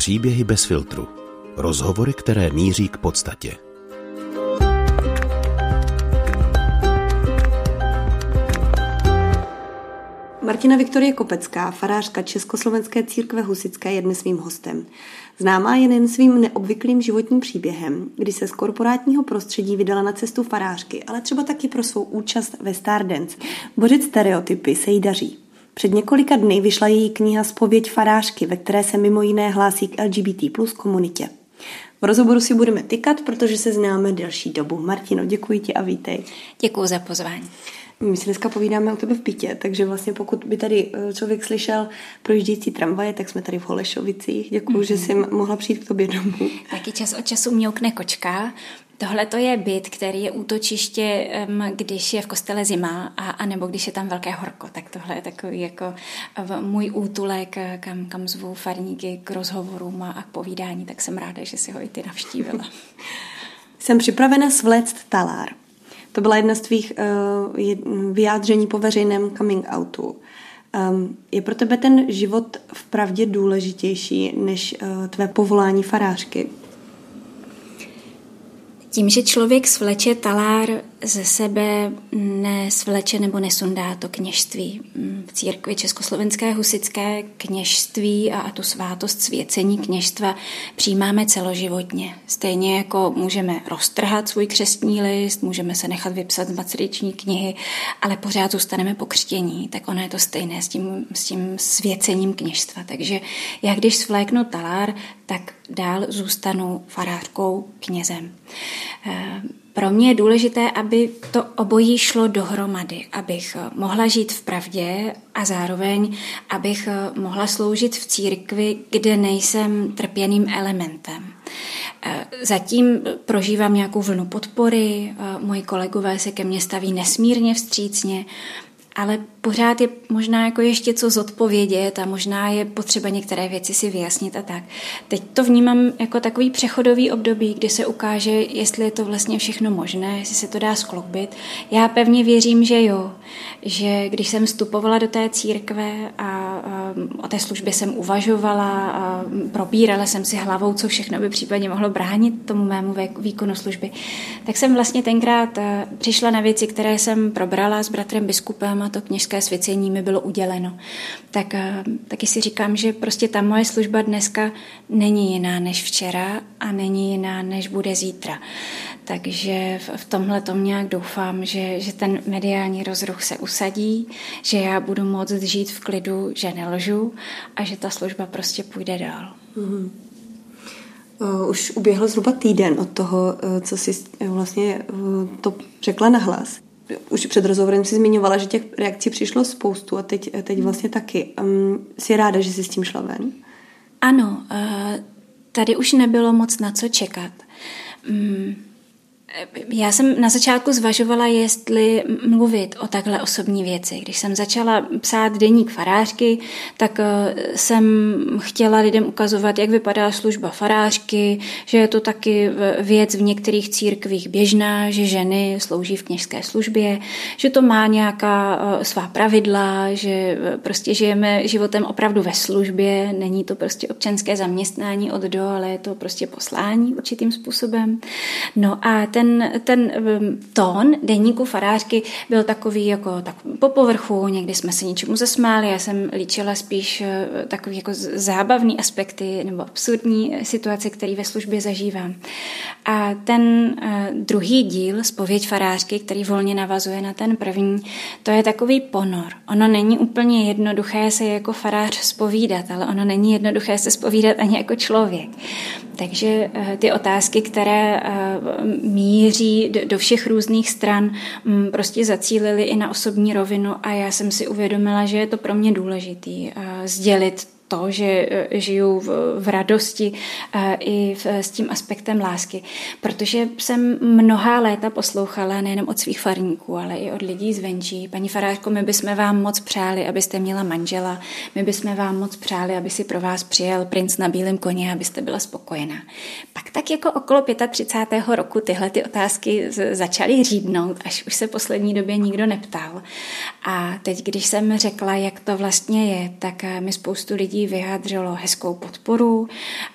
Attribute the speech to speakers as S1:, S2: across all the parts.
S1: Příběhy bez filtru. Rozhovory, které míří k podstatě.
S2: Martina Viktorie Kopecká, farářka Československé církve husitské, je dnes svým hostem. Známá je nejen svým neobvyklým životním příběhem, kdy se z korporátního prostředí vydala na cestu farářky, ale třeba taky pro svou účast ve Stardance. Bořit stereotypy se jí daří. Před několika dny vyšla její kniha Zpověď farářky, ve které se mimo jiné hlásí k LGBT+ komunitě. V rozhovoru si budeme tykat, protože se známe delší dobu. Martino, děkuji ti a vítej.
S3: Děkuji za pozvání.
S2: My si dneska povídáme o tebe v bytě, takže vlastně pokud by tady člověk slyšel projíždějící tramvaje, tak jsme tady v Holešovicích. Děkuji, že jsi mohla přijít k tobě domů.
S3: Taky čas od času mňoukne kočka. Tohle to je byt, který je útočiště, když je v kostele zima, a nebo když je tam velké horko. Tak tohle je takový jako můj útulek, kam zvu farníky k rozhovorům a k povídání, tak jsem ráda, že si ho i ty navštívila.
S2: Jsem připravena svléct talár. To byla jedna z tvých vyjádření po veřejném coming outu. Je pro tebe ten život vpravdě důležitější než tvé povolání farářky?
S3: Tím, že člověk svleče talár ze sebe, nesvleče nebo nesundá to kněžství. V církvi Československé husitské kněžství a tu svátost svěcení kněžstva přijímáme celoživotně. Stejně jako můžeme roztrhat svůj křestní list, můžeme se nechat vypsat z matriční knihy, ale pořád zůstaneme po křtění, tak ono je to stejné s tím svěcením kněžstva. Takže já když svléknu talár, tak dál zůstanu farářkou, knězem. Pro mě je důležité, aby to obojí šlo dohromady, abych mohla žít v pravdě a zároveň, abych mohla sloužit v církvi, kde nejsem trpěným elementem. Zatím prožívám nějakou vlnu podpory, moji kolegové se ke mně staví nesmírně vstřícně, ale pořád je možná jako ještě co zodpovědět a možná je potřeba některé věci si vyjasnit a tak. Teď to vnímám jako takový přechodový období, kdy se ukáže, jestli je to vlastně všechno možné, jestli se to dá skloubit. Já pevně věřím, že jo, že když jsem vstupovala do té církve a o té službě jsem uvažovala a probírala jsem si hlavou, co všechno by případně mohlo bránit tomu mému výkonu služby, tak jsem vlastně tenkrát přišla na věci, které jsem probrala s bratrem biskupem a to kněžské svěcení mi bylo uděleno. Tak taky si říkám, že prostě ta moje služba dneska není jiná než včera a není jiná než bude zítra. Takže v tomhle tom nějak doufám, že ten mediální rozruch se usadí, že já budu moct žít v klidu, že nelžu a že ta služba prostě půjde dál.
S2: Mm-hmm. Už uběhl zhruba týden od toho, co jsi vlastně to řekla nahlas. Už před rozhovorem si zmiňovala, že těch reakcí přišlo spoustu a teď vlastně taky. Jsi ráda, že jsi s tím šla ven?
S3: Ano, tady už nebylo moc na co čekat. Já jsem na začátku zvažovala, jestli mluvit o takhle osobní věci. Když jsem začala psát deník farářky, tak jsem chtěla lidem ukazovat, jak vypadá služba farářky, že je to taky věc v některých církvích běžná, že ženy slouží v kněžské službě, že to má nějaká svá pravidla, že prostě žijeme životem opravdu ve službě, není to prostě občanské zaměstnání od do, ale je to prostě poslání určitým způsobem. No a ten tón deníku farářky byl takový jako tak po povrchu, někdy jsme se něčemu zasmáli, já jsem líčila spíš takový jako zábavný aspekty nebo absurdní situace, které ve službě zažívám. A ten druhý díl, Zpověď farářky, který volně navazuje na ten první, to je takový ponor. Ono není úplně jednoduché se jako farář zpovídat, ale ono není jednoduché se zpovídat ani jako člověk. Takže ty otázky, které míří do všech různých stran, prostě zacílily i na osobní rovinu a já jsem si uvědomila, že je to pro mě důležitý sdělit to, že žiju v radosti i s tím aspektem lásky. Protože jsem mnohá léta poslouchala nejenom od svých farníků, ale i od lidí zvenčí. Paní farářko, my bychom vám moc přáli, abyste měla manžela, my bychom vám moc přáli, aby si pro vás přijel princ na bílém koni, abyste byla spokojená. Pak tak jako okolo 35. roku tyhle ty otázky začaly řídnout, až už se poslední době nikdo neptal. A teď, když jsem řekla, jak to vlastně je, tak mi spoustu lidí lidí vyjádřilo hezkou podporu.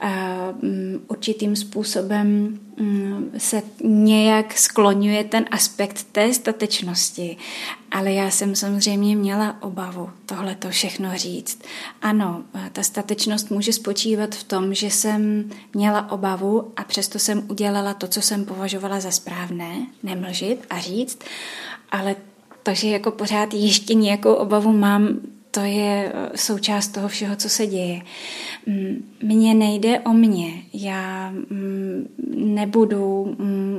S3: Určitým způsobem se nějak skloňuje ten aspekt té statečnosti. Ale já jsem samozřejmě měla obavu tohleto všechno říct. Ano, ta statečnost může spočívat v tom, že jsem měla obavu a přesto jsem udělala to, co jsem považovala za správné, nemlžit a říct, ale to, že jako pořád ještě nějakou obavu mám, to je součást toho všeho, co se děje. Mně nejde o mě. Já nebudu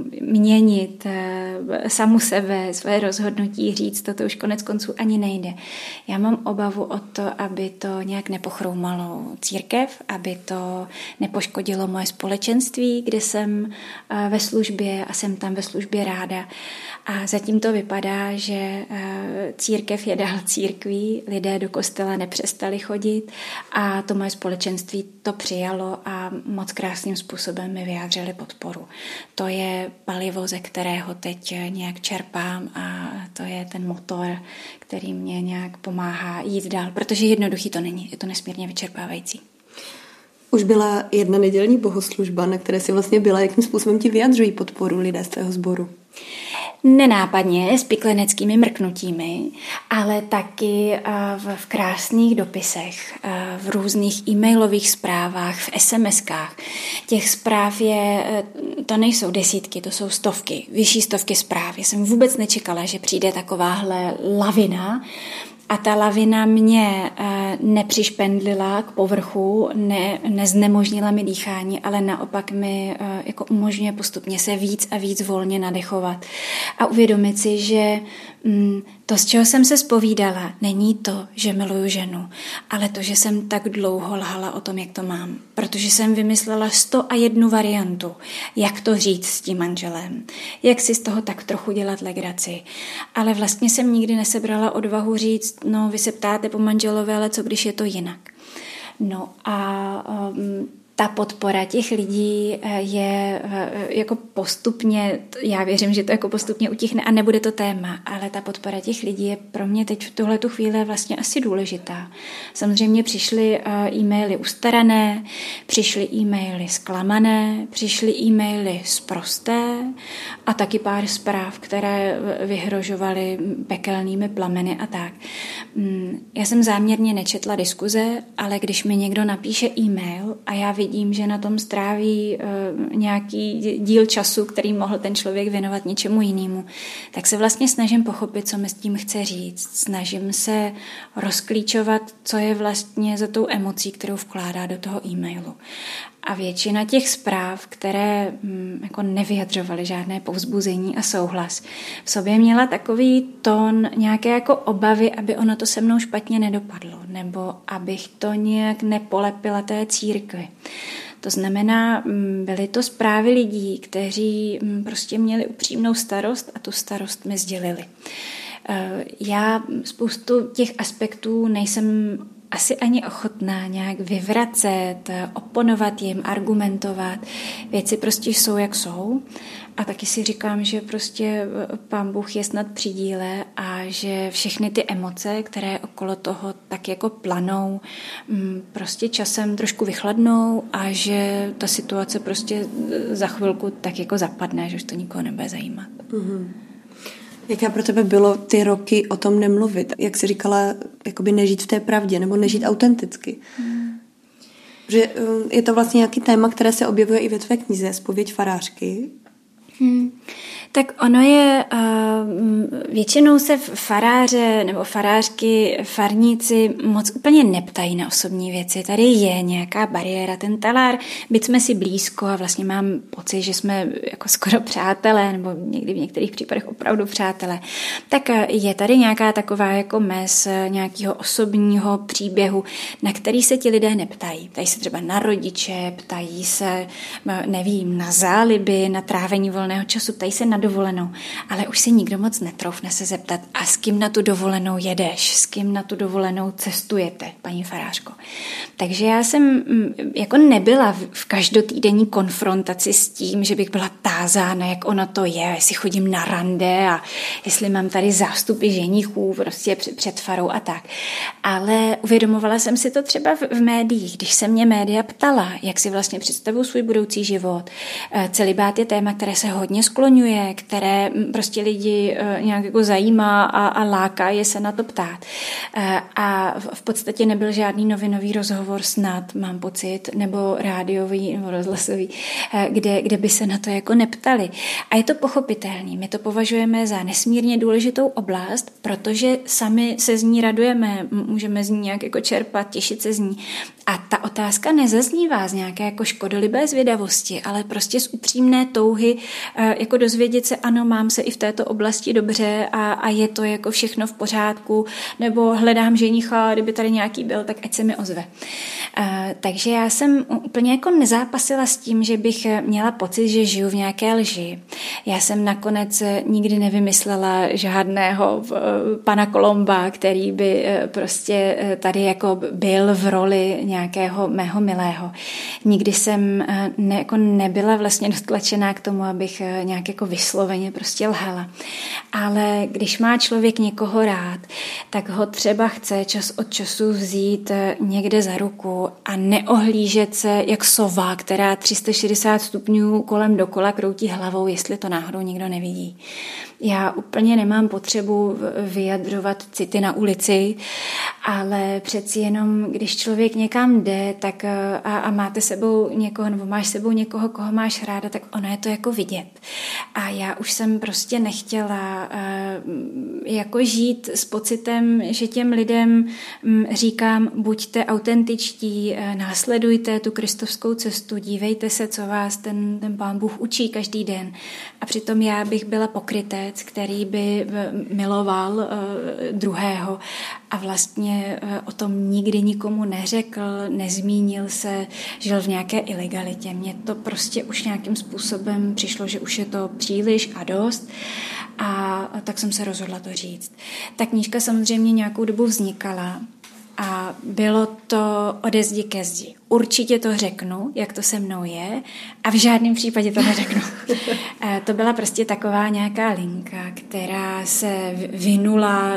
S3: měnit samu sebe, své rozhodnutí říct, to už konec konců ani nejde. Já mám obavu o to, aby to nějak nepochroumalo církev, aby to nepoškodilo moje společenství, kde jsem ve službě a jsem tam ve službě ráda. A zatím to vypadá, že církev je dál církví, lidé do kostela nepřestali chodit a to moje společenství to přijalo a moc krásným způsobem mi vyjádřili podporu. To je palivo, ze kterého teď nějak čerpám a to je ten motor, který mě nějak pomáhá jít dál, protože jednoduchý to není, je to nesmírně vyčerpávající.
S2: Už byla jedna nedělní bohoslužba, na které si vlastně byla, jakým způsobem ti vyjadřují podporu lidé z tvého sboru?
S3: Nenápadně, s pikleneckými mrknutími, ale taky v krásných dopisech, v různých e-mailových zprávách, v SMS-kách. Těch zpráv to nejsou desítky, to jsou stovky, vyšší stovky zpráv. Já jsem vůbec nečekala, že přijde takováhle lavina. A ta lavina mě nepřišpendlila k povrchu, neznemožnila mi dýchání, ale naopak mi jako umožňuje postupně se víc a víc volně nadechovat. A uvědomit si, že to, z čeho jsem se zpovídala, není to, že miluju ženu, ale to, že jsem tak dlouho lhala o tom, jak to mám. Protože jsem vymyslela 101 variantu, jak to říct s tím manželem, jak si z toho tak trochu dělat legraci. Ale vlastně jsem nikdy nesebrala odvahu říct, no vy se ptáte po manželovi, ale co když je to jinak. No a ta podpora těch lidí je jako postupně, já věřím, že to jako postupně utichne a nebude to téma, ale ta podpora těch lidí je pro mě teď v tuhletu chvíli vlastně asi důležitá. Samozřejmě přišly e-maily ustarané, přišly e-maily zklamané, přišly e-maily sprosté a taky pár zpráv, které vyhrožovaly pekelnými plameny a tak. Já jsem záměrně nečetla diskuze, ale když mi někdo napíše e-mail a já vidím, že na tom stráví nějaký díl času, který mohl ten člověk věnovat něčemu jinému, tak se vlastně snažím pochopit, co mi s tím chce říct. Snažím se rozklíčovat, co je vlastně za tou emocí, kterou vkládá do toho e-mailu. A většina těch zpráv, které jako nevyjadřovaly žádné povzbuzení a souhlas, v sobě měla takový tón nějaké jako obavy, aby ono to se mnou špatně nedopadlo, nebo abych to nějak nepolepila té církvi. To znamená, byly to zprávy lidí, kteří prostě měli upřímnou starost a tu starost mi sdělili. Já spoustu těch aspektů nejsem asi ani ochotná nějak vyvracet, oponovat jim, argumentovat. Věci prostě jsou, jak jsou. A taky si říkám, že prostě Pán Bůh je snad při díle a že všechny ty emoce, které okolo toho tak jako planou, prostě časem trošku vychladnou a že ta situace prostě za chvilku tak jako zapadne, že už to nikoho nebude zajímat.
S2: Mm-hmm. Jaké pro tebe bylo ty roky o tom nemluvit? Jak jsi říkala, jakoby nežít v té pravdě nebo nežít autenticky? Že je to vlastně nějaký téma, které se objevuje i ve tvé knize Zpověď farářky.
S3: Tak ono je, většinou se faráře nebo farářky, farníci moc úplně neptají na osobní věci. Tady je nějaká bariéra, ten talár, byť jsme si blízko a vlastně mám pocit, že jsme jako skoro přátelé, nebo někdy v některých případech opravdu přátelé, tak je tady nějaká taková jako mez nějakého osobního příběhu, na který se ti lidé neptají. Ptají se třeba na rodiče, ptají se, nevím, na záliby, na trávení volného času, ptají se na dovolenou, ale už si nikdo moc netroufne se zeptat, a s kým na tu dovolenou jedeš, s kým na tu dovolenou cestujete, paní farářko. Takže já jsem jako nebyla v každotýdenní konfrontaci s tím, že bych byla tázána, jak ono to je, jestli chodím na rande a jestli mám tady zástupy ženichů prostě před farou a tak. Ale uvědomovala jsem si to třeba v médiích, když se mě média ptala, jak si vlastně představují svůj budoucí život. Celibát je téma, které se hodně skloňuje, které prostě lidi nějak jako zajímá a láká je se na to ptát. A v podstatě nebyl žádný novinový rozhovor snad, mám pocit, nebo rádiový, nebo rozhlasový, kde by se na to jako neptali. A je to pochopitelný. My to považujeme za nesmírně důležitou oblast, protože sami se z ní radujeme, můžeme z ní nějak jako čerpat, těšit se z ní. A ta otázka nezaznívá z nějaké jako škodolibé zvědavosti, ale prostě z upřímné touhy jako dozvědět se, ano, mám se i v této oblasti dobře a je to jako všechno v pořádku, nebo hledám ženicha, kdyby tady nějaký byl, tak ať se mi ozve. Takže já jsem úplně jako nezápasila s tím, že bych měla pocit, že žiju v nějaké lži. Já jsem nakonec nikdy nevymyslela žádného pana Kolomba, který by prostě tady jako byl v roli nějakého mého milého. Nikdy jsem jako nebyla vlastně dotlačená k tomu, abych nějak jako vysloveně prostě lhala. Ale když má člověk někoho rád, tak ho třeba chce čas od času vzít někde za ruku a neohlížet se jak sova, která 360 stupňů kolem dokola kroutí hlavou, jestli to náhodou nikdo nevidí. Já úplně nemám potřebu vyjadřovat city na ulici, ale přeci jenom, když člověk někam jde, tak a máte sebou někoho, nebo máš sebou někoho, koho máš ráda, tak ono je to jako vidět. A já už jsem prostě nechtěla jako žít s pocitem, že těm lidem říkám, buďte autentičtí, následujte tu kristovskou cestu, dívejte se, co vás ten Pán Bůh učí každý den. A přitom já bych byla pokrytec, který by miloval druhého a vlastně o tom nikdy nikomu neřekl, nezmínil se, žil v nějaké ilegalitě. Mně to prostě už nějakým způsobem přišlo, že už je to příliš a dost, a tak jsem se rozhodla to říct. Ta knížka samozřejmě nějakou dobu vznikala a bylo to ode zdi ke zdi. Určitě to řeknu, jak to se mnou je, a v žádném případě to neřeknu. To byla prostě taková nějaká linka, která se vinula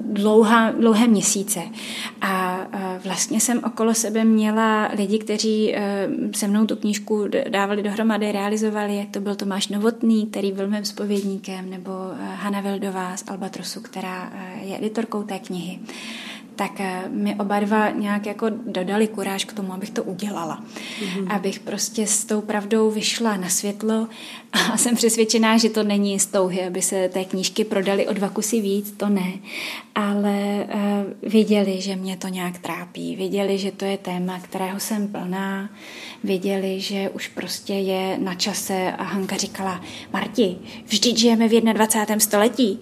S3: dlouhé měsíce. A vlastně jsem okolo sebe měla lidi, kteří se mnou tu knížku dávali dohromady, realizovali, jak to byl Tomáš Novotný, který byl mým zpovědníkem, nebo Hana Vildová z Albatrosu, která je editorkou té knihy. Tak mi oba dva nějak jako dodali kuráž k tomu, abych to udělala. Abych prostě s tou pravdou vyšla na světlo, a jsem přesvědčená, že to není z touhy, aby se té knížky prodaly o 2 kusy víc, to ne. Ale viděli, že mě to nějak trápí. Viděli, že to je téma, kterého jsem plná. Viděli, že už prostě je na čase, a Hanka říkala, Marti, vždyť žijeme v 21. století.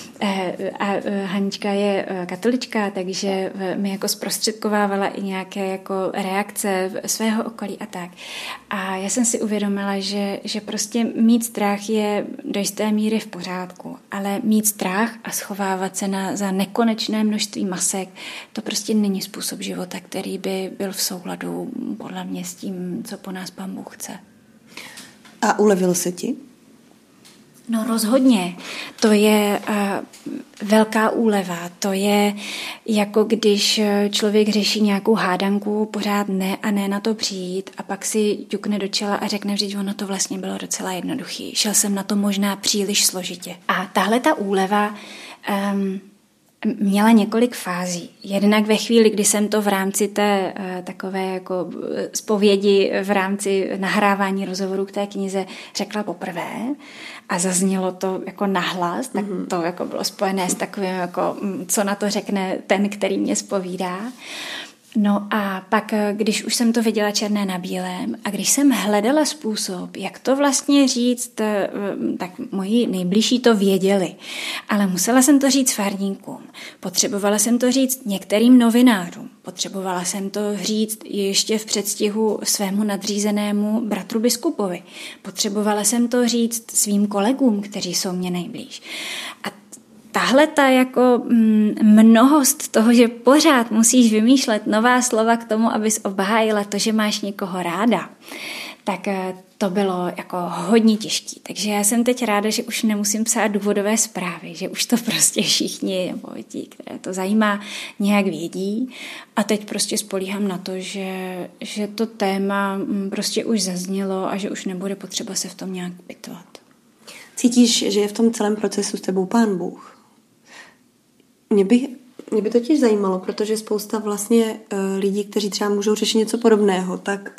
S3: A Hanička je katolička, takže mi jako zprostředkovávala i nějaké jako reakce svého okolí a tak. A já jsem si uvědomila, že prostě mít strach je do jisté míry v pořádku, ale mít strach a schovávat se za nekonečné množství masek, to prostě není způsob života, který by byl v souladu podle mě s tím, co po nás Pán Bůh chce.
S2: A ulevilo se ti?
S3: No rozhodně. To je velká úleva. To je jako když člověk řeší nějakou hádanku, pořád ne a ne na to přijít, a pak si ťukne do čela a řekne, že ono to vlastně bylo docela jednoduchý. Šel jsem na to možná příliš složitě. A tahle ta úleva měla několik fází. Jednak ve chvíli, kdy jsem to v rámci té takové jako zpovědi, v rámci nahrávání rozhovoru k té knize řekla poprvé a zaznělo to jako nahlas, tak to jako bylo spojené s takovým jako, co na to řekne ten, který mě zpovídá. No a pak, když už jsem to viděla černé na bílém a když jsem hledala způsob, jak to vlastně říct, tak moji nejbližší to věděli. Ale musela jsem to říct farníkům. Potřebovala jsem to říct některým novinářům. Potřebovala jsem to říct ještě v předstihu svému nadřízenému bratru biskupovi. Potřebovala jsem to říct svým kolegům, kteří jsou mě nejblíž. A tahle ta jako mnohost toho, že pořád musíš vymýšlet nová slova k tomu, abys obhájila to, že máš někoho ráda, tak to bylo jako hodně těžké. Takže já jsem teď ráda, že už nemusím psát důvodové zprávy, že už to prostě všichni, nebo ti, které to zajímá, nějak vědí. A teď prostě spolíhám na to, že to téma prostě už zaznělo a že už nebude potřeba se v tom nějak pitvat.
S2: Cítíš, že je v tom celém procesu s tebou Pán Bůh? Mě by totiž zajímalo, protože spousta vlastně lidí, kteří třeba můžou řešit něco podobného, tak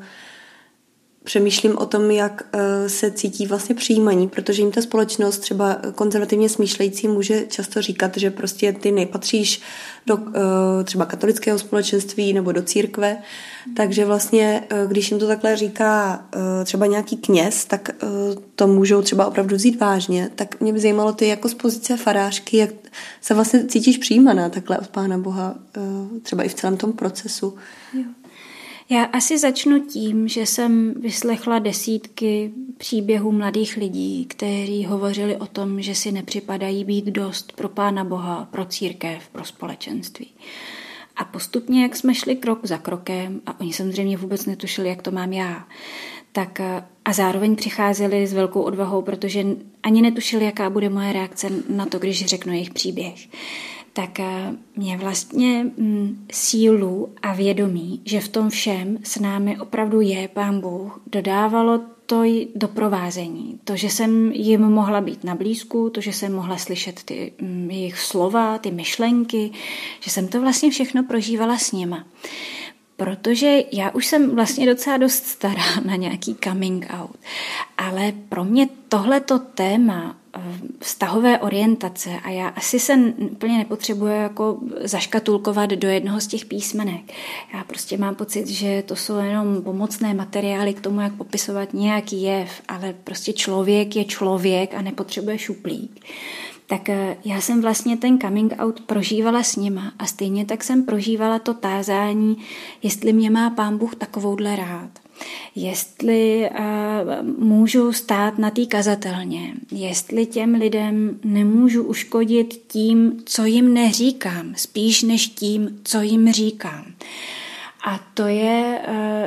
S2: přemýšlím o tom, jak se cítí vlastně přijímaní, protože jim ta společnost třeba konzervativně smýšlející může často říkat, že prostě ty nepatříš do třeba katolického společenství nebo do církve, takže vlastně, když jim to takhle říká třeba nějaký kněz, tak to můžou třeba opravdu vzít vážně. Tak mě by zajímalo ty jako z pozice farářky, jak se vlastně cítíš přijímaná takhle od Pána Boha, třeba i v celém tom procesu.
S3: Jo. Já asi začnu tím, že jsem vyslechla desítky příběhů mladých lidí, kteří hovořili o tom, že si nepřipadají být dost pro Pána Boha, pro církev, pro společenství. A postupně, jak jsme šli krok za krokem, a oni samozřejmě vůbec netušili, jak to mám já, tak a zároveň přicházeli s velkou odvahou, protože ani netušili, jaká bude moje reakce na to, když řeknu jejich příběh, tak mě vlastně sílu a vědomí, že v tom všem s námi opravdu je Pán Bůh, dodávalo to doprovázení. To, že jsem jim mohla být na blízku, to, že jsem mohla slyšet ty jejich slova, ty myšlenky, že jsem to vlastně všechno prožívala s nima. Protože já už jsem vlastně docela dost stará na nějaký coming out, ale pro mě tohleto téma vztahové orientace, a já asi se úplně nepotřebuji jako zaškatulkovat do jednoho z těch písmenek. Já prostě mám pocit, že to jsou jenom pomocné materiály k tomu, jak popisovat nějaký jev, ale prostě člověk je člověk a nepotřebuje šuplík. Tak já jsem vlastně ten coming out prožívala s nima a stejně tak jsem prožívala to tázání, jestli mě má Pán Bůh takovouhle rád. Jestli můžu stát na té kazatelně, jestli těm lidem nemůžu uškodit tím, co jim neříkám, spíš než tím, co jim říkám. A to je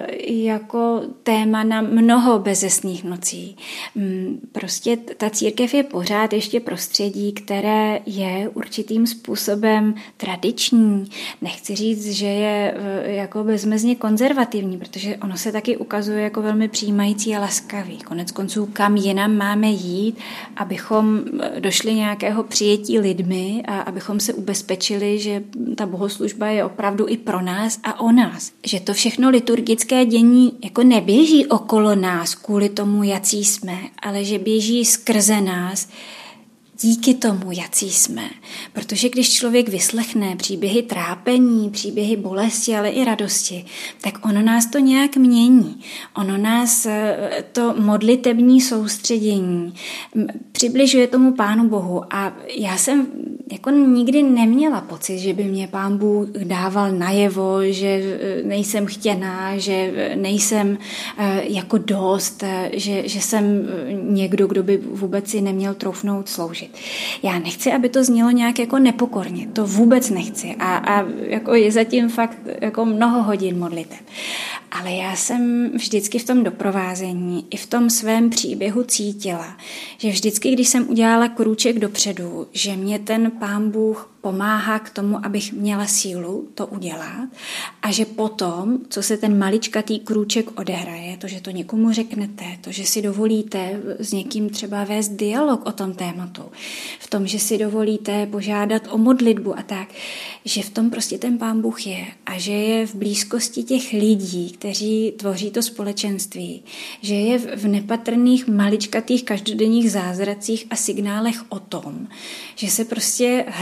S3: jako téma na mnoho bezesných nocí. Prostě ta církev je pořád ještě prostředí, které je určitým způsobem tradiční. Nechci říct, že je jako bezmezně konzervativní, protože ono se taky ukazuje jako velmi přijímající a laskavý. Konec konců, kam jinam máme jít, abychom došli nějakého přijetí lidmi a abychom se ubezpečili, že ta bohoslužba je opravdu i pro nás a o nás. Že to všechno liturgické dění jako neběží okolo nás kvůli tomu, jací jsme, ale že běží skrze nás díky tomu, jací jsme. Protože když člověk vyslechne příběhy trápení, příběhy bolesti, ale i radosti, tak ono nás to nějak mění. Ono nás to modlitební soustředění přibližuje tomu Pánu Bohu. A já jsem jako nikdy neměla pocit, že by mě Pán Bůh dával najevo, že nejsem chtěná, že nejsem jako dost, že jsem někdo, kdo by vůbec si neměl troufnout sloužit. Já nechci, aby to znělo nějak jako nepokorně, to vůbec nechci a jako je zatím fakt jako mnoho hodin modliteb. Ale já jsem vždycky v tom doprovázení i v tom svém příběhu cítila, že vždycky, když jsem udělala krůček dopředu, že mě ten Pán Bůh pomáhá k tomu, abych měla sílu to udělat a že potom, co se ten maličkatý krůček odehraje, to, že to někomu řeknete, to, že si dovolíte s někým třeba vést dialog o tom tématu, v tom, že si dovolíte požádat o modlitbu a tak, že v tom prostě ten Pán Bůh je a že je v blízkosti těch lidí, kteří tvoří to společenství, že je v nepatrných maličkatých každodenních zázracích a signálech o tom, že se prostě hlásí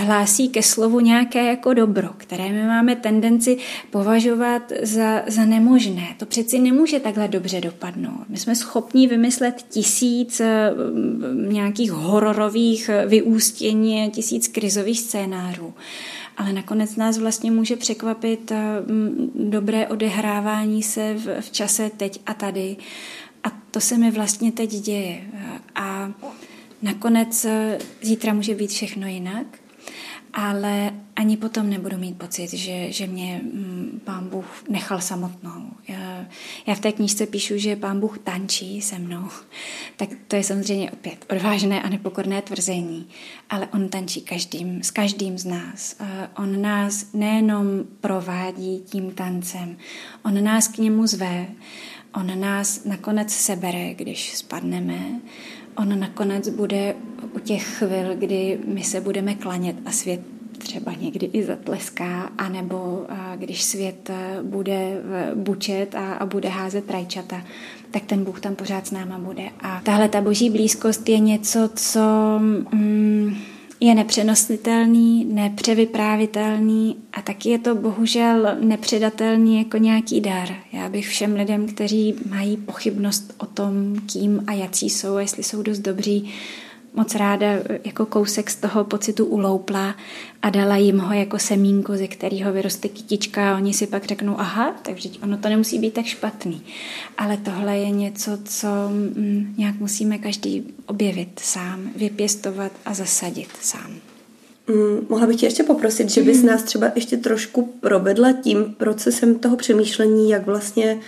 S3: přichází ke slovu nějaké jako dobro, které my máme tendenci považovat za nemožné. To přeci nemůže takhle dobře dopadnout. My jsme schopni vymyslet 1000 nějakých hororových vyústění, 1000 krizových scénářů. Ale nakonec nás vlastně může překvapit dobré odehrávání se v čase teď a tady. A to se mi vlastně teď děje. A nakonec zítra může být všechno jinak, ale ani potom nebudu mít pocit, že mě Pán Bůh nechal samotnou. Já v té knížce píšu, že Pán Bůh tančí se mnou. Tak to je samozřejmě opět odvážné a nepokorné tvrzení, ale on tančí s každým z nás. On nás nejenom provádí tím tancem, on nás k němu zve, on nás nakonec sebere, když spadneme. On nakonec bude u těch chvil, kdy my se budeme klanět a svět třeba někdy i zatleská, anebo když svět bude bučet a bude házet rajčata, tak ten Bůh tam pořád s náma bude. A tahle ta boží blízkost je něco, co je nepřenositelný, nepřevyprávitelný a taky je to bohužel nepředatelný jako nějaký dar. Já bych všem lidem, kteří mají pochybnost o tom, kým a jací jsou, a jestli jsou dost dobří, moc ráda jako kousek z toho pocitu uloupla a dala jim ho jako semínko, ze kterého vyroste kytička a oni si pak řeknou, aha, takže ono to nemusí být tak špatný. Ale tohle je něco, co nějak musíme každý objevit sám, vypěstovat a zasadit sám.
S2: Mohla bych tě ještě poprosit, že bys nás třeba ještě trošku provedla tím procesem toho přemýšlení, jak vlastně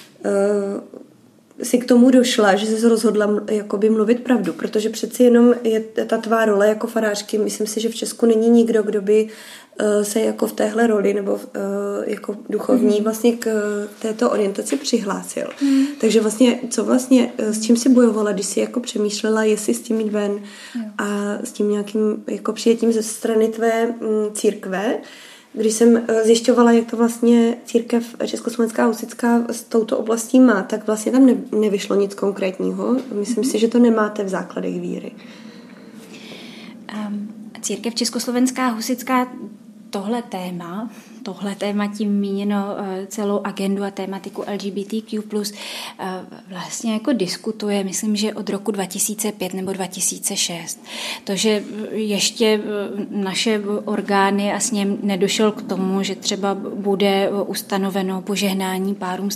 S2: si k tomu došla, že jsi rozhodla jakoby mluvit pravdu, protože přeci jenom je ta tvá role jako farářky, myslím si, že v Česku není nikdo, kdo by se jako v téhle roli nebo jako duchovní vlastně k této orientaci přihlásil. Takže vlastně, s čím jsi bojovala, když jsi jako přemýšlela, jestli s tím jít ven a s tím nějakým jako přijetím ze strany tvé církve. Když jsem zjišťovala, jak to vlastně církev Československá husitská s touto oblastí má, tak vlastně tam nevyšlo nic konkrétního. Myslím si, že to nemáte v základech víry.
S3: Církev Československá husitská tohle téma tím míněno celou agendu a tématiku LGBTQ+, vlastně jako diskutuje, myslím, že od roku 2005 nebo 2006. To, že ještě naše orgány a sněm nedošel k tomu, že třeba bude ustanoveno požehnání párům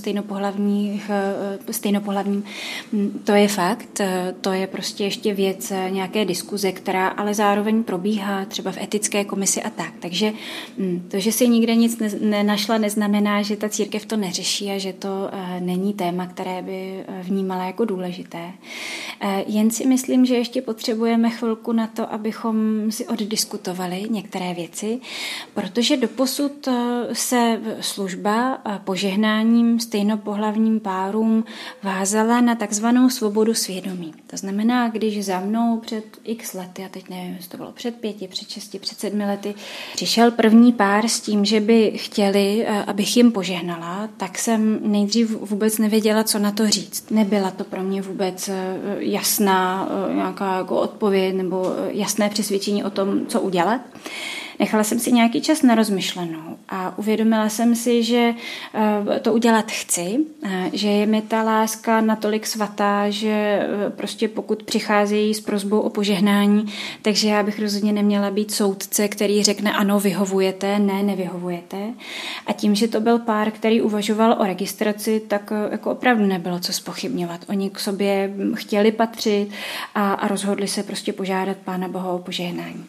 S3: stejnopohlavním, to je fakt, to je prostě ještě věc nějaké diskuze, která ale zároveň probíhá třeba v etické komisi a tak. Takže to, že si nikde nic nenašla, neznamená, že ta církev to neřeší a že to není téma, které by vnímala jako důležité. Jen si myslím, že ještě potřebujeme chvilku na to, abychom si oddiskutovali některé věci, protože doposud se služba požehnáním stejnopohlavním párům vázala na takzvanou svobodu svědomí. To znamená, když za mnou před x lety, a teď nevím, jestli to bylo před 5, před 6, před 7 lety, přišel první pár s tím, že by chtěli, abych jim požehnala, tak jsem nejdřív vůbec nevěděla, co na to říct. Nebyla to pro mě vůbec jasná nějaká jako odpověď nebo jasné přesvědčení o tom, co udělat. Nechala jsem si nějaký čas na rozmyšlenou a uvědomila jsem si, že to udělat chci, že je mi ta láska natolik svatá, že prostě pokud přicházejí s prosbou o požehnání, takže já bych rozhodně neměla být soudce, který řekne ano, vyhovujete, ne, nevyhovujete. A tím, že to byl pár, který uvažoval o registraci, tak jako opravdu nebylo co zpochybňovat. Oni k sobě chtěli patřit a rozhodli se prostě požádat Pána Boha o požehnání.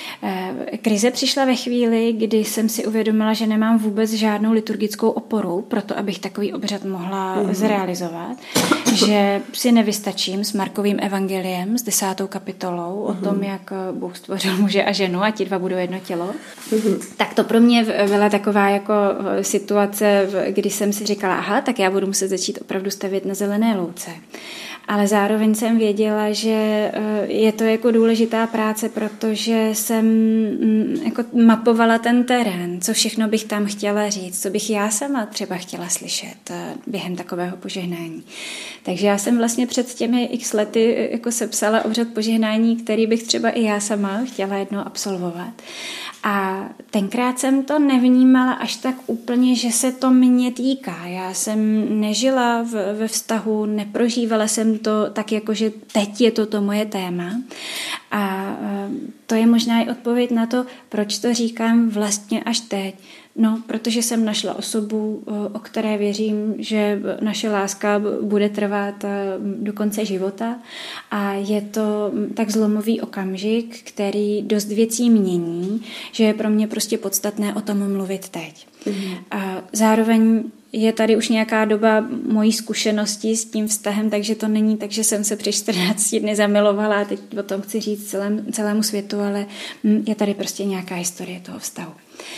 S3: Krize přišla ve chvíli, kdy jsem si uvědomila, že nemám vůbec žádnou liturgickou oporu pro to, abych takový obřad mohla zrealizovat, že si nevystačím s Markovým evangeliem s 10. kapitolou o tom, jak Bůh stvořil muže a ženu a ti dva budou jedno tělo. Tak to pro mě byla taková jako situace, kdy jsem si říkala, aha, tak já budu muset začít opravdu stavět na zelené louce. Ale zároveň jsem věděla, že je to jako důležitá práce, protože jsem jako mapovala ten terén, co všechno bych tam chtěla říct, co bych já sama třeba chtěla slyšet během takového požehnání. Takže já jsem vlastně před těmi x lety jako sepsala obřad požehnání, který bych třeba i já sama chtěla jednou absolvovat. A tenkrát jsem to nevnímala až tak úplně, že se to mě týká. Já jsem nežila ve vztahu, neprožívala jsem to tak, jako že teď je to moje téma. A to je možná i odpověď na to, proč to říkám vlastně až teď. No, protože jsem našla osobu, o které věřím, že naše láska bude trvat do konce života a je to tak zlomový okamžik, který dost věcí mění, že je pro mě prostě podstatné o tom mluvit teď. A zároveň je tady už nějaká doba mojí zkušenosti s tím vztahem, takže to není tak, že jsem se před 14 dny zamilovala a teď o tom chci říct celému světu, ale je tady prostě nějaká historie toho vztahu.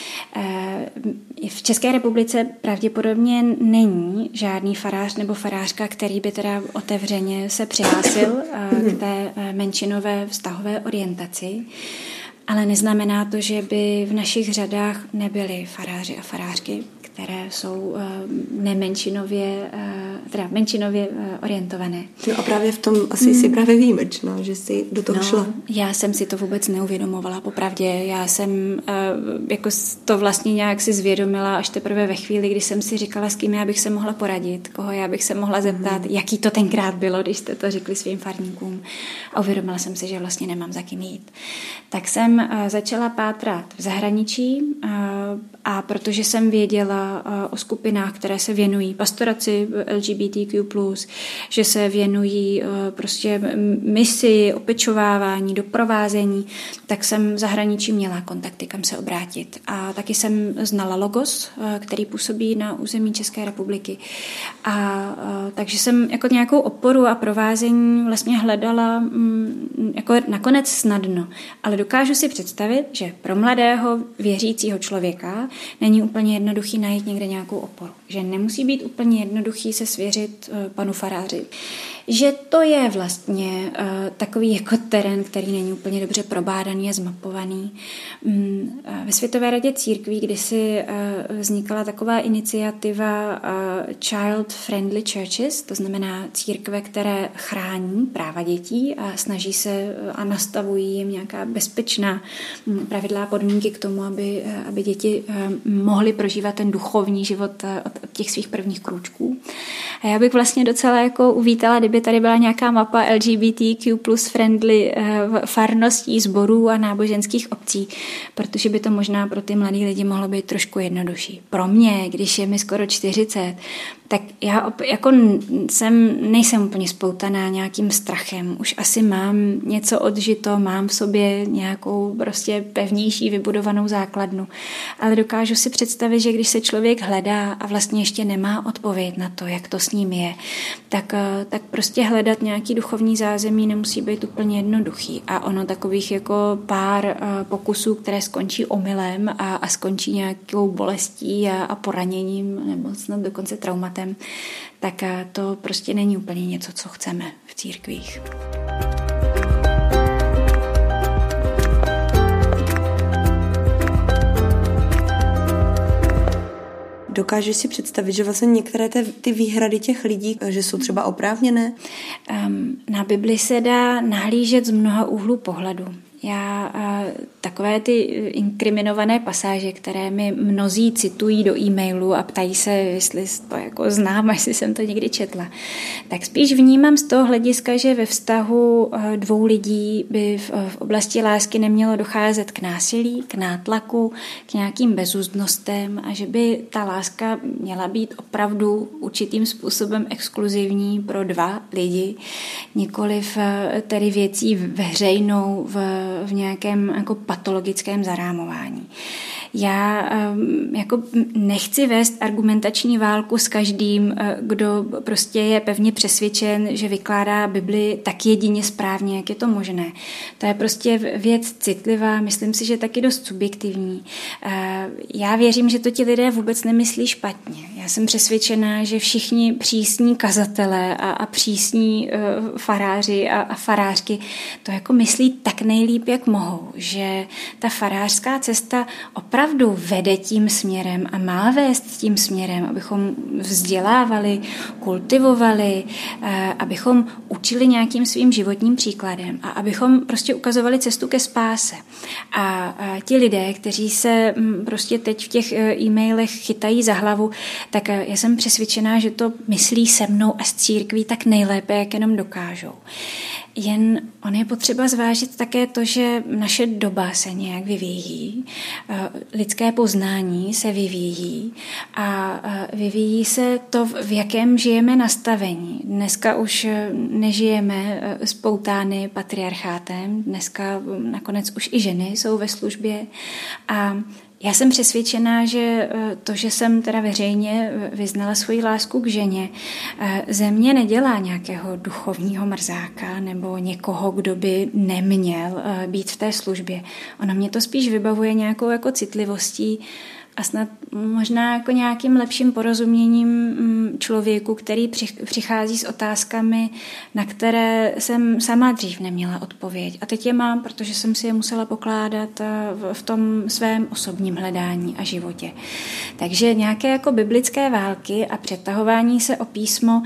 S3: V České republice pravděpodobně není žádný farář nebo farářka, který by teda otevřeně se přihlásil k té menšinové vztahové orientaci, ale neznamená to, že by v našich řadách nebyli faráři a farářky, které jsou menšinově orientované.
S2: No a právě v tom asi si právě výjimečná, že jsi do toho šla.
S3: Já jsem si to vůbec neuvědomovala, popravdě. Já jsem jako to vlastně nějak si zvědomila až teprve ve chvíli, kdy jsem si říkala, s kým já bych se mohla poradit, koho já bych se mohla zeptat, jaký to tenkrát bylo, když jste to řekli svým farníkům. A uvědomila jsem si, že vlastně nemám za kým jít. Tak jsem začala pátrat v zahraničí a protože jsem věděla o skupinách, které se věnují pastoraci LGBTQ+, že se věnují prostě misi, opečovávání, doprovázení, tak jsem v zahraničí měla kontakty, kam se obrátit. A taky jsem znala Logos, který působí na území České republiky. A takže jsem jako nějakou oporu a provázení vlastně hledala jako nakonec snadno. Ale dokážu si představit, že pro mladého věřícího člověka není úplně jednoduchý najít někde nějakou oporu. Že nemusí být úplně jednoduchý se svěřit panu faráři. Že to je vlastně takový jako terén, který není úplně dobře probádaný a zmapovaný. Ve Světové radě církví kdysi vznikala taková iniciativa Child Friendly Churches, to znamená církve, které chrání práva dětí a snaží se a nastavují jim nějaká bezpečná pravidla a podmínky k tomu, aby děti mohly prožívat ten duchovní život od těch svých prvních krůčků. A já bych vlastně docela jako uvítala, kdyby tady byla nějaká mapa LGBTQ plus friendly farností, sborů a náboženských obcí, protože by to možná pro ty mladý lidi mohlo být trošku jednodušší. Pro mě, když je mi skoro 40, tak já jako nejsem úplně spoutaná nějakým strachem. Už asi mám něco odžito, mám v sobě nějakou prostě pevnější vybudovanou základnu. Ale dokážu si představit, že když se člověk hledá a vlastně ještě nemá odpověď na to, jak to s ním je, tak prostě hledat nějaký duchovní zázemí nemusí být úplně jednoduchý. A ono takových jako pár pokusů, které skončí omylem a skončí nějakou bolestí a poraněním nebo snad dokonce traumatem, tak to prostě není úplně něco, co chceme v církvích.
S2: Dokážeš si představit, že vlastně některé ty výhrady těch lidí, že jsou třeba oprávněné?
S3: Na Bibli se dá nahlížet z mnoha úhlů pohledu. Já takové ty inkriminované pasáže, které mi mnozí citují do e-mailu a ptají se, jestli to jako znám, jestli jsem to někdy četla, tak spíš vnímám z toho hlediska, že ve vztahu dvou lidí by v oblasti lásky nemělo docházet k násilí, k nátlaku, k nějakým bezúzdnostem a že by ta láska měla být opravdu určitým způsobem exkluzivní pro dva lidi, nikoliv tedy věcí veřejnou v nějakém jako patologickém zarámování. Já jako nechci vést argumentační válku s každým, kdo prostě je pevně přesvědčen, že vykládá Bibli tak jedině správně, jak je to možné. To je prostě věc citlivá, myslím si, že taky dost subjektivní. Já věřím, že to ti lidé vůbec nemyslí špatně. Já Já jsem přesvědčená, že všichni přísní kazatelé a přísní faráři a farářky to jako myslí tak nejlíp, jak mohou, že ta farářská cesta opravdu vede tím směrem a má vést tím směrem, abychom vzdělávali, kultivovali, abychom učili nějakým svým životním příkladem a abychom prostě ukazovali cestu ke spáse. A ti lidé, kteří se prostě teď v těch e-mailech chytají za hlavu, tak já jsem přesvědčená, že to myslí se mnou a s církví tak nejlépe, jak jenom dokážou. Jen on je potřeba zvážit také to, že naše doba se nějak vyvíjí, lidské poznání se vyvíjí a vyvíjí se to, v jakém žijeme nastavení. Dneska už nežijeme spoutány patriarchátem, dneska nakonec už i ženy jsou ve službě a já jsem přesvědčená, že to, že jsem teda veřejně vyznala svoji lásku k ženě, ze mě nedělá nějakého duchovního mrzáka nebo někoho, kdo by neměl být v té službě. Ona mě to spíš vybavuje nějakou jako citlivostí a snad možná jako nějakým lepším porozuměním člověku, který přichází s otázkami, na které jsem sama dřív neměla odpověď. A teď je mám, protože jsem si je musela pokládat v tom svém osobním hledání a životě. Takže nějaké jako biblické války a přetahování se o písmo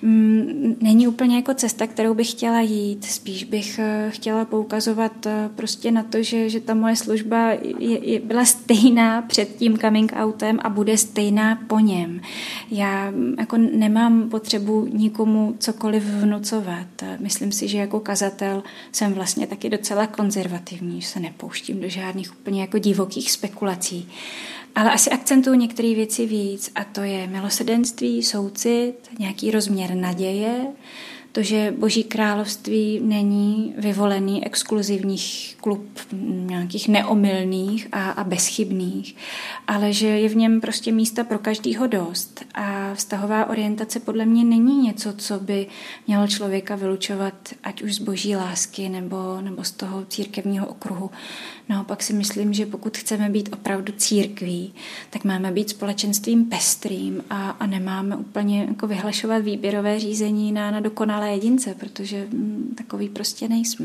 S3: není úplně jako cesta, kterou bych chtěla jít. Spíš bych chtěla poukazovat prostě na to, že ta moje služba byla stejná před tím coming outem a bude stejná po něm. Já jako nemám potřebu nikomu cokoliv vnucovat. Myslím si, že jako kazatel jsem vlastně taky docela konzervativní, že se nepouštím do žádných úplně jako divokých spekulací. Ale asi akcentuju některé věci víc a to je milosrdenství, soucit, nějaký rozměr naděje, to, že Boží království není vyvolený exkluzivních klub nějakých neomylných a bezchybných, ale že je v něm prostě místa pro každýho dost. A vztahová orientace podle mě není něco, co by mělo člověka vylučovat ať už z Boží lásky nebo z toho církevního okruhu. Naopak si myslím, že pokud chceme být opravdu církví, tak máme být společenstvím pestrým a nemáme úplně jako vyhlašovat výběrové řízení na dokonalé jedince, protože takový prostě nejsme.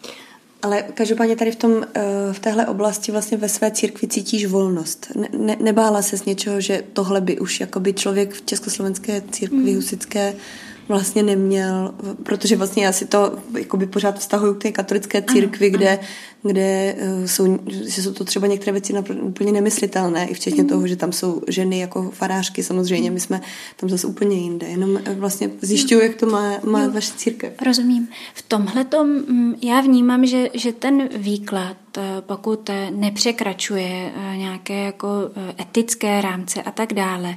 S2: Ale každopádně tady v téhle oblasti vlastně ve své církvi cítíš volnost. Nebála ses něčeho, že tohle by už jakoby člověk v československé církvi husické vlastně neměl, protože vlastně já si to jakoby pořád vztahuju k té katolické církvi, kde jsou to třeba některé věci úplně nemyslitelné, i včetně toho, že tam jsou ženy jako farářky samozřejmě, my jsme tam zase úplně jinde, jenom vlastně zjišťuju, jak to má vaše církev.
S3: Rozumím. V tomhletom já vnímám, že ten výklad, pokud nepřekračuje nějaké jako etické rámce a tak dále,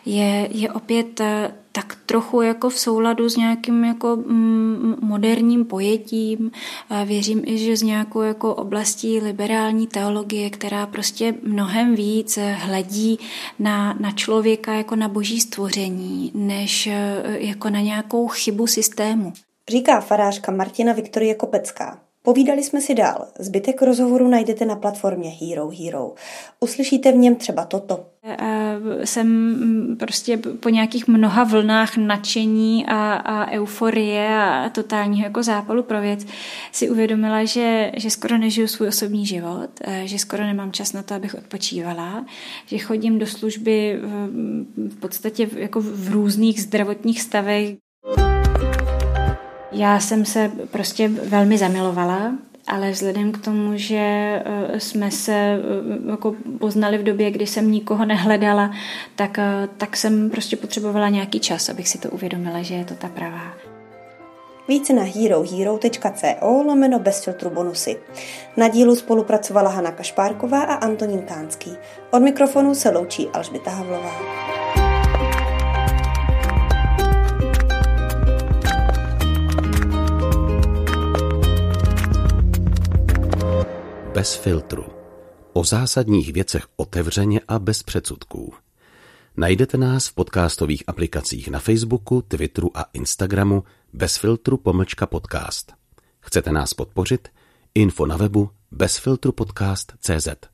S3: je opět tak trochu jako v souladu s nějakým jako moderním pojetím. Věřím i, že z nějakou jako oblastí liberální teologie, která prostě mnohem víc hledí na člověka jako na boží stvoření, než jako na nějakou chybu systému.
S2: Říká farářka Martina Viktorie Kopecká. Povídali jsme si dál. Zbytek rozhovoru najdete na platformě Hero Hero. Uslyšíte v něm třeba toto.
S3: Jsem prostě po nějakých mnoha vlnách nadšení a euforie a totálního jako zápalu pro věc si uvědomila, že skoro nežiju svůj osobní život, že skoro nemám čas na to, abych odpočívala, že chodím do služby v podstatě jako v různých zdravotních stavech. Já jsem se prostě velmi zamilovala, ale vzhledem k tomu, že jsme se jako poznali v době, kdy jsem nikoho nehledala, tak jsem prostě potřebovala nějaký čas, abych si to uvědomila, že je to ta pravá.
S2: Více na herohero.co/bezfiltru bonusy. Na dílu spolupracovala Hana Kašpárková a Antonín Kánský. Od mikrofonu se loučí Alžběta Havlová.
S1: Bez filtru. O zásadních věcech otevřeně a bez předsudků. Najdete nás v podcastových aplikacích na Facebooku, Twitteru a Instagramu bezfiltru_podcast. Chcete nás podpořit? Info na webu bezfiltrupodcast.cz